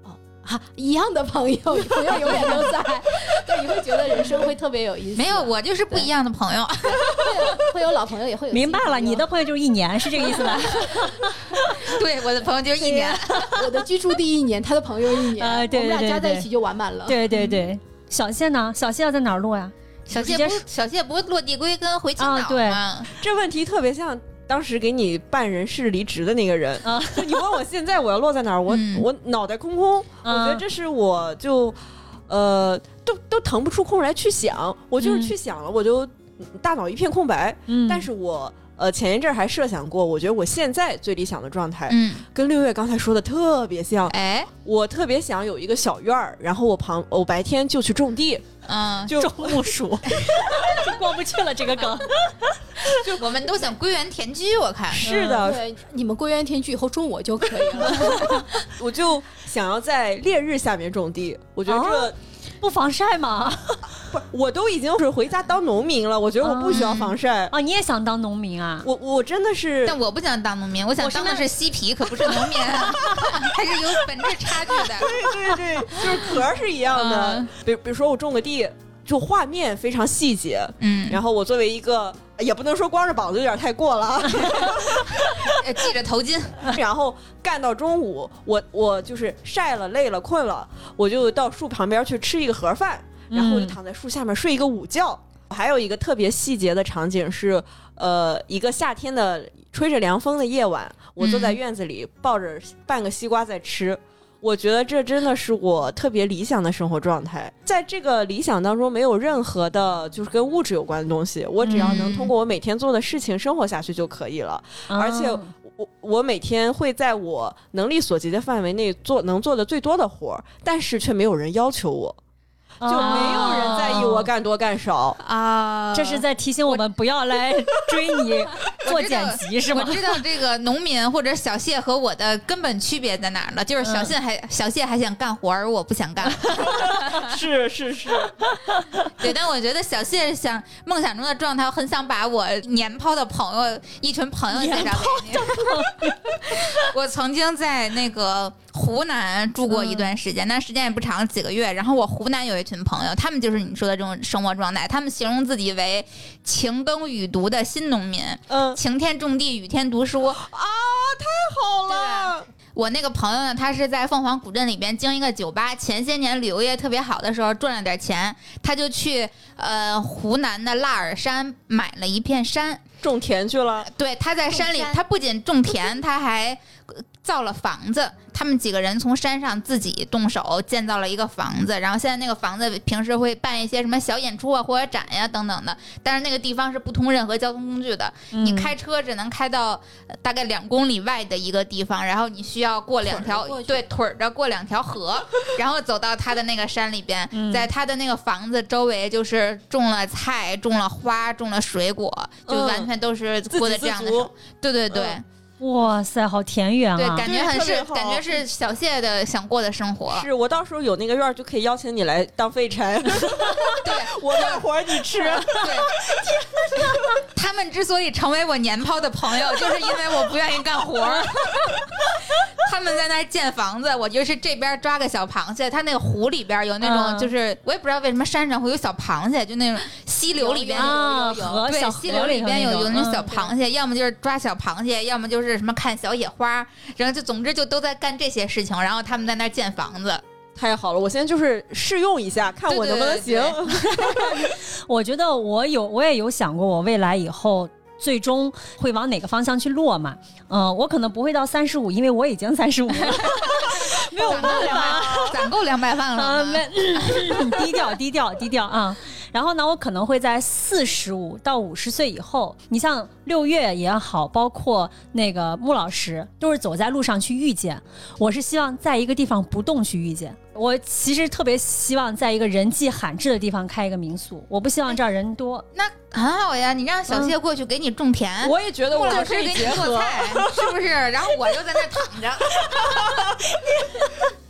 啊一样的朋友，朋友永远都在，对，你会觉得人生会特别有意思。 没有，我就是不一样的朋友， 会有会有老朋友，也会有明白了， 新朋友你的朋友就是一年，是这个意思吧？ 对，我的朋友就是一年。 我的居住地一年，他的朋友一年， 啊对对对我们俩加在一起就完满了。 对对对，小谢呢？小谢要在哪儿录呀？ 小谢不直接小谢不落地归根回青岛啊对吗？ 这问题特别像当时给你办人事离职的那个人啊， 就你问我现在我要落在哪儿，我、 嗯我脑袋空空， 啊我觉得这是我就呃都都腾不出空来去想，我就是去想了，我就大脑一片空白。 嗯， 但是我呃前一阵儿还设想过，我觉得我现在最理想的状态， 嗯， 跟六月刚才说的特别像。 哎， 我特别想有一个小院儿，然后我旁我白天就去种地， 嗯， 就种木薯，过不去了这个梗。 就我们都想归园田居，我看是的， 对，你们归园田居以后种我就可以了。 我就想要在烈日下面种地，我觉得这。 哦不防晒吗？ 不是，我都已经是回家当农民了，我觉得我不需要防晒。 哦，你也想当农民啊？ 我我真的是， 但我不想当农民，我想我是那当的是嬉皮，可不是农民，还是有本质差距的。 对对对，就是壳是一样的。 嗯比比如说我种个地，就画面非常细节， 嗯， 然后我作为一个也不能说光着膀子有点太过了啊， 呃系着头巾， 然后干到中午，我我就是晒了累了困了，我就到树旁边去吃一个盒饭，然后我就躺在树下面睡一个午觉。还有一个特别细节的场景是，呃，一个夏天的吹着凉风的夜晚，我坐在院子里抱着半个西瓜在吃。我觉得这真的是我特别理想的生活状态，在这个理想当中没有任何的就是跟物质有关的东西，我只要能通过我每天做的事情生活下去就可以了。 嗯而且我我每天会在我能力所及的范围内做能做的最多的活儿，但是却没有人要求我，就没有人在意我干多干少。 啊， 这是在提醒我们不要来追你做剪辑是吗？ 我知道这个农民或者小谢和我的根本区别在哪儿了，就是小谢还、嗯、小谢还想干活，而我不想干。 是是是， 对，但我觉得小谢想梦想中的状态，我很想把我年抛的朋友一群朋友介绍给你。我曾经在那个湖南住过一段时间，那、嗯、时间也不长，几个月。然后我湖南有一群朋友，他们就是你说的这种生活状态，他们形容自己为晴耕雨读的新农民， 嗯， 晴天种地，雨天读书啊， 太好了。 我那个朋友呢，他是在凤凰古镇里边经营一个酒吧，前些年旅游业特别好的时候赚了点钱，他就去呃湖南的腊尔山买了一片山种田去了。 对，他在山里，他不仅种田，他还造了房子。他们几个人从山上自己动手建造了一个房子，然后现在那个房子平时会办一些什么小演出啊或者展呀等等的，但是那个地方是不通任何交通工具的，嗯、你开车只能开到大概两公里外的一个地方，然后你需要过两条对腿着过两条河，然后走到他的那个山里边，嗯、在他的那个房子周围就是种了菜、种了花、种了水果，就完全都是过的这样的生活。对对对。嗯哇塞，好田园啊！ 对，感觉很是，感觉是小谢的想过的生活。 是我到时候有那个院就可以邀请你来当废柴。 对， 我干活你吃。 对，他们之所以成为我年抛的朋友，就是因为我不愿意干活。他们在那儿建房子，我就是这边抓个小螃蟹，他那个湖里边有那种，嗯、就是我也不知道为什么山上会有小螃蟹，就那种溪流里边有有有有，对，溪流里边有有那种小螃蟹，要么就是抓小螃蟹，要么就是什么看小野花，然后就总之就都在干这些事情，然后他们在那儿建房子。 太好了，我现在就是试用一下，看我能不能行。 对对对对我觉得我有，我也有想过，我未来以后最终会往哪个方向去落嘛？嗯、呃，我可能不会到三十五，因为我已经三十五了，没有办法， 攒够两百万了。 啊，没，低调低调低调啊。然后呢，我可能会在四十五到五十岁以后，你像六月也好，包括那个穆老师，都是走在路上去遇见。我是希望在一个地方不动去遇见。我其实特别希望在一个人迹罕至的地方开一个民宿，我不希望这儿人多。 那很好呀，你让小谢过去给你种田， 嗯、我也觉得我老师给你做菜，是不是？然后我就在那躺着。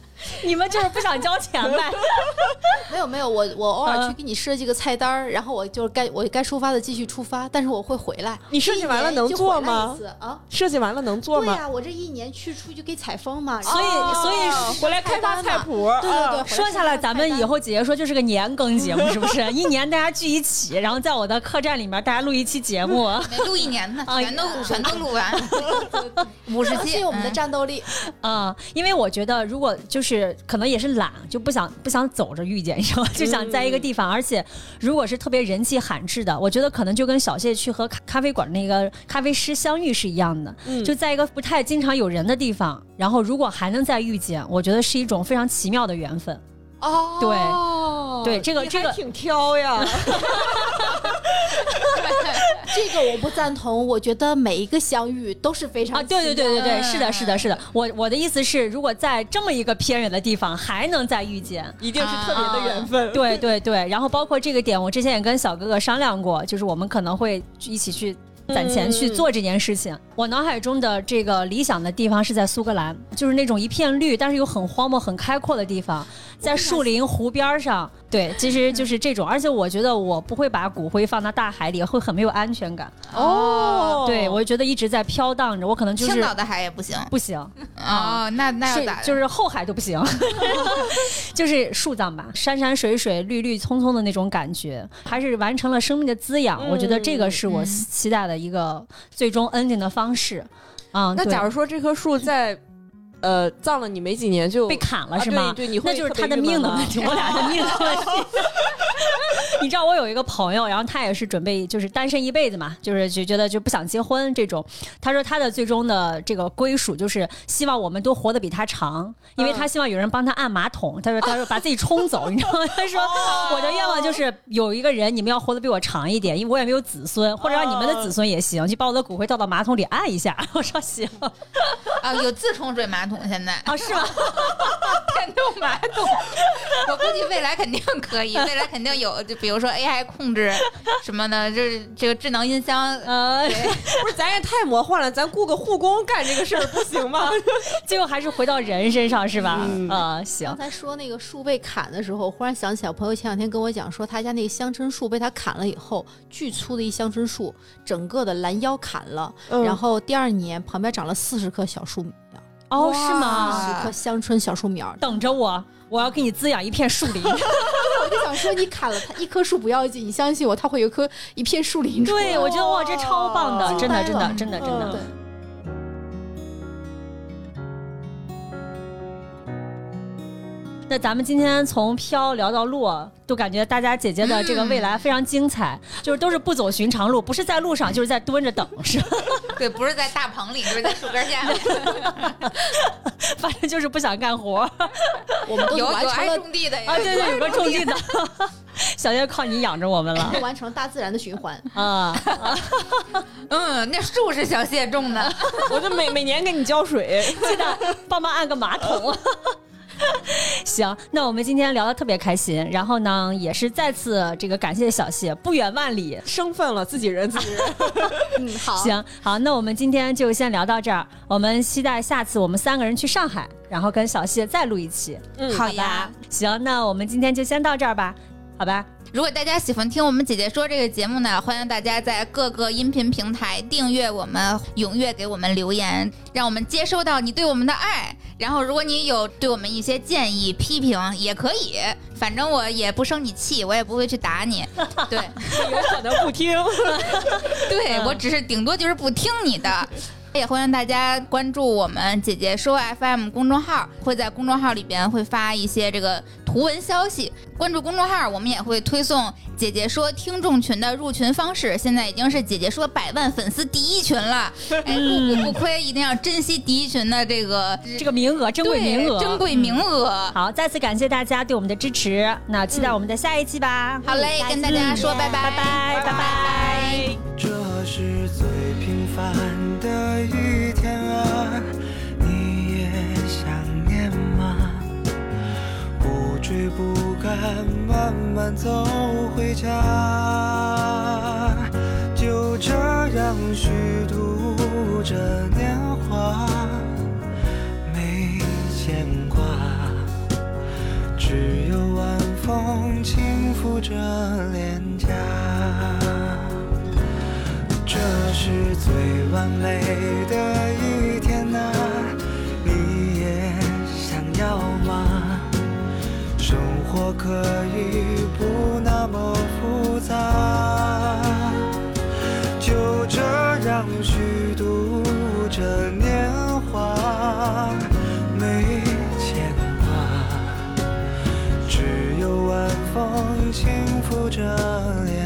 你们就是不想交钱呗？ 没有没有，我我偶尔去给你设计个菜单儿，然后我就该我该出发的继续出发，但是我会回来。 你设计完了能做吗？ 啊， 设计完了能做吗？ 对呀、啊，我这一年去出去给采风嘛， 所以、哦、所以回来开发菜谱。 对对对， 说下来咱们以后姐姐说就是个年更节目，是不是？一年大家聚一起，然后在我的客栈里面大家录一期节目， 没录一年呢，全都全都录完，五十期， 我们的战斗力。 嗯，因为我觉得如果就是可能也是懒，就不想不想走着遇见，你知道吗？就想在一个地方，嗯、而且如果是特别人气罕至的，我觉得可能就跟小谢去和咖啡馆那个咖啡师相遇是一样的，嗯、就在一个不太经常有人的地方，然后如果还能再遇见，我觉得是一种非常奇妙的缘分。 哦， 对对，这个这个挺挑呀。 这个我不赞同，我觉得每一个相遇都是非常啊，对对对对对，是的，是的，是的。我我的意思是，如果在这么一个偏远的地方还能再遇见， 一定是特别的缘分。 啊、对对对，然后包括这个点，我之前也跟小哥哥商量过，就是我们可能会一起去攒钱去做这件事情。嗯、我脑海中的这个理想的地方是在苏格兰，就是那种一片绿，但是又很荒漠、很开阔的地方，在树林湖边上。对，其实就是这种，而且我觉得我不会把骨灰放到大海里，会很没有安全感。 哦， 对，我觉得一直在飘荡着，我可能就是青岛的海也不行， 不行。 哦，那那要咋？ 就是后海都不行，就是树葬吧，山山水水、绿绿葱葱的那种感觉，还是完成了生命的滋养。嗯、我觉得这个是我期待的一个最终 ending 的方式。啊、嗯， 那假如说这棵树在。呃，葬了你没几年就被砍了是吗？ 啊、对, 对，你会那就是他的命的问题，我俩的命的问题。你知道我有一个朋友，然后他也是准备就是单身一辈子嘛，就是就觉得就不想结婚这种。他说他的最终的这个归属就是希望我们都活得比他长，因为他希望有人帮他按马桶。他说他说把自己冲走，你知道吗？他说我的愿望就是有一个人你们要活得比我长一点，因为我也没有子孙，或者让你们的子孙也行，就把我的骨灰倒到马桶里按一下。我说行。 啊，有自冲水马桶现在啊，是吗？ 电动马桶，我估计未来肯定可以，未来肯定有，就比如说 A I 控制什么的，就是这个智能音箱，呃， 不是，咱也太魔幻了，咱雇个护工干这个事儿不行吗？ 最后还是回到人身上是吧？啊、嗯呃，行。 刚才说那个树被砍的时候，忽然想起来，我朋友前两天跟我讲说，他家那个香椿树被他砍了以后，巨粗的一香椿树，整个的拦腰砍了，嗯、然后第二年旁边长了四十棵小树苗。 哦，是吗？ 十棵香椿小树苗， 等着我，我要给你滋养一片树林。 我就想说，你砍了它一棵树不要紧，你相信我，它会有棵一片树林出来。 对，我觉得哇，这超棒的，真的，真的，真的，真的。 对。 那咱们今天从飘聊到落，都感觉大家姐姐的这个未来非常精彩，嗯、就是都是不走寻常路，不是在路上，就是在蹲着等，是吧？ 对，不是在大棚里，就是在树根下。 反正就是不想干活。 我们都有有爱完成了种地的啊，对对，有个种地的。小叶靠你养着我们了， 完成大自然的循环啊。 嗯，那树是小谢种的， 我就每每年给你浇水， 记得帮忙按个马桶。行，那我们今天聊得特别开心，然后呢，也是再次这个感谢小谢，不远万里生分了，自己人自己人。 嗯，好， 行好，那我们今天就先聊到这儿，我们期待下次我们三个人去上海，然后跟小谢再录一期。 嗯，好呀。 行，那我们今天就先到这儿吧，好吧。 如果大家喜欢听我们姐姐说这个节目呢，欢迎大家在各个音频平台订阅我们，踊跃给我们留言，让我们接收到你对我们的爱。然后如果你有对我们一些建议批评也可以，反正我也不生你气，我也不会去打你。对， 有可能不听。 对、嗯、我只是顶多就是不听你的。也欢迎大家关注我们姐姐说 F M 公众号，会在公众号里边会发一些这个图文消息。关注公众号，我们也会推送姐姐说听众群的入群方式。现在已经是姐姐说百万粉丝第一群了，哎，入股不亏，一定要珍惜第一群的这个这个名额，珍贵名额， 珍贵名额、 嗯。好，再次感谢大家对我们的支持，那期待我们的下一期吧。 嗯、好嘞，跟大家说拜拜， 拜拜，拜拜。 这是最平凡的一天啊，你也想念吗？不追不赶，慢慢走回家，就这样虚度着年华，没牵挂。 抚着脸颊。这是最完美的一天啊，你也想要吗？生活可以不那么复杂，就这样虚度着年华，没牵挂，只有晚风轻抚着脸